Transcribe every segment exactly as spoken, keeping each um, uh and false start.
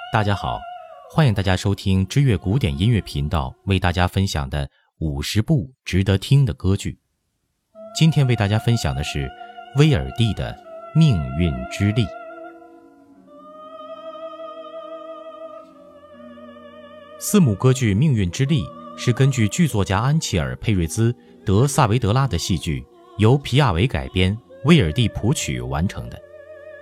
大家好，欢迎大家收听知乐古典音乐频道为大家分享的五十部值得听的歌剧。今天为大家分享的是威尔第的《命运之力》。四幕歌剧《命运之力》是根据剧作家安琪尔·佩瑞兹·德萨维德拉的戏剧，由皮亚维改编，威尔第谱曲完成的。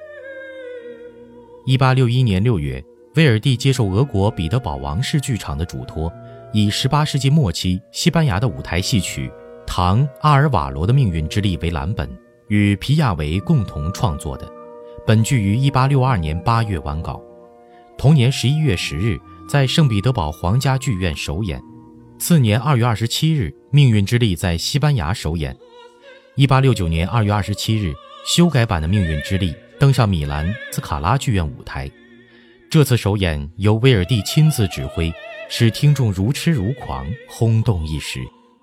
一八六一年六月，威尔第接受俄国彼得堡王室剧场的嘱托，以十八世纪末期西班牙的舞台戏曲《唐阿尔瓦罗的命运之力》为蓝本，与皮亚维共同创作的。本剧于一八六二年八月完稿，同年十一月十日在圣彼得堡皇家剧院首演。次年二月二十七日，《命运之力》在西班牙首演。一八六九年二月二十七日，修改版的《命运之力》登上米兰斯卡拉剧院舞台。这次首演由威尔第亲自指挥，使听众如痴如狂，轰动一时。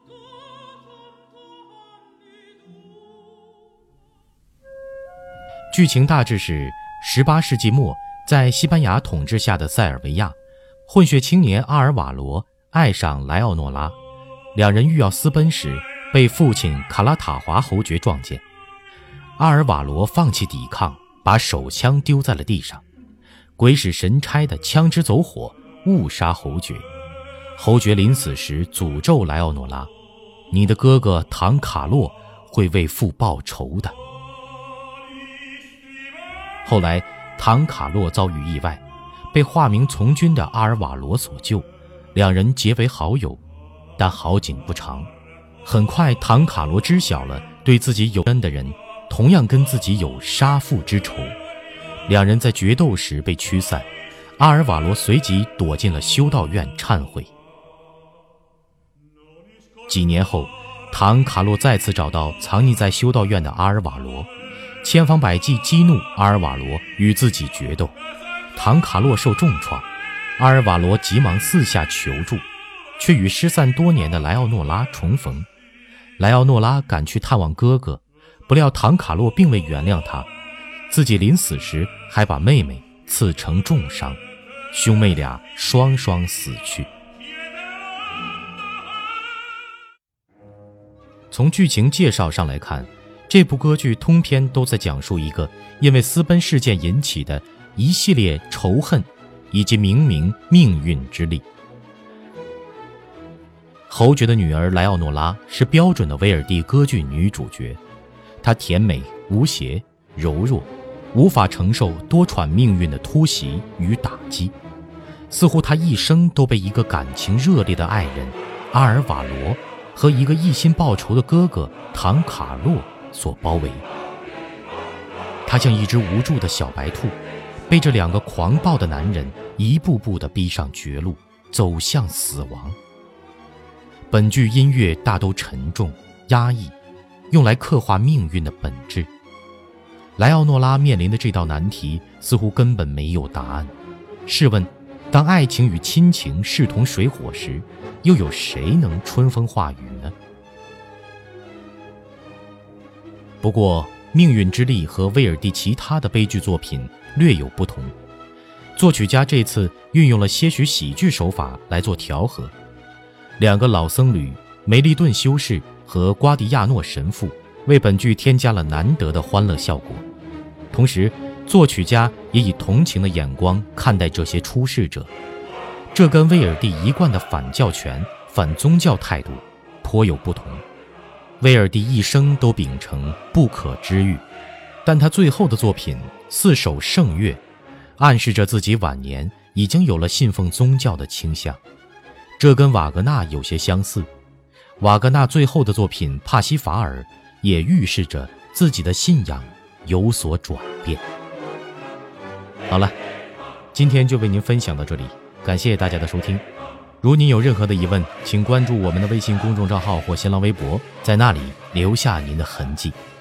剧情大致是十八世纪末，在西班牙统治下的塞尔维亚，混血青年阿尔瓦罗爱上莱奥诺拉，两人欲要私奔时，被父亲卡拉塔华侯爵撞见。阿尔瓦罗放弃抵抗，把手枪丢在了地上，鬼使神差的枪支走火，误杀侯爵。侯爵临死时诅咒莱奥诺拉：你的哥哥唐卡洛会为父报仇的。后来唐卡洛遭遇意外，被化名从军的阿尔瓦罗所救，两人结为好友。但好景不长，很快唐卡罗知晓了对自己有恩的人同样跟自己有杀父之仇，两人在决斗时被驱散，阿尔瓦罗随即躲进了修道院忏悔。几年后，唐卡洛再次找到藏匿在修道院的阿尔瓦罗，千方百计激怒阿尔瓦罗与自己决斗。唐卡洛受重创，阿尔瓦罗急忙四下求助，却与失散多年的莱奥诺拉重逢。莱奥诺拉赶去探望哥哥，不料唐卡洛并未原谅他，自己临死时还把妹妹刺成重伤，兄妹俩双双死去。从剧情介绍上来看，这部歌剧通篇都在讲述一个因为私奔事件引起的一系列仇恨以及明明命运之力。侯爵的女儿莱奥诺拉是标准的威尔第歌剧女主角，她甜美无邪柔弱，无法承受多舛命运的突袭与打击，似乎她一生都被一个感情热烈的爱人阿尔瓦罗和一个一心报仇的哥哥唐卡洛所包围。她像一只无助的小白兔，被这两个狂暴的男人一步步地逼上绝路，走向死亡。本剧音乐大都沉重压抑，用来刻画命运的本质。莱奥诺拉面临的这道难题似乎根本没有答案。试问，当爱情与亲情势同水火时，又有谁能春风化雨呢？不过，《命运之力》和威尔第其他的悲剧作品略有不同，作曲家这次运用了些许喜剧手法来做调和。两个老僧侣梅利顿修士和瓜迪亚诺神父为本剧添加了难得的欢乐效果，同时作曲家也以同情的眼光看待这些出世者，这跟威尔第一贯的反教权、反宗教态度颇有不同。威尔第一生都秉承不可知喻，但他最后的作品四首圣乐暗示着自己晚年已经有了信奉宗教的倾向，这跟瓦格纳有些相似。瓦格纳最后的作品帕西法尔也预示着自己的信仰有所转变。好了，今天就为您分享到这里，感谢大家的收听。如您有任何的疑问，请关注我们的微信公众账号或新浪微博，在那里留下您的痕迹。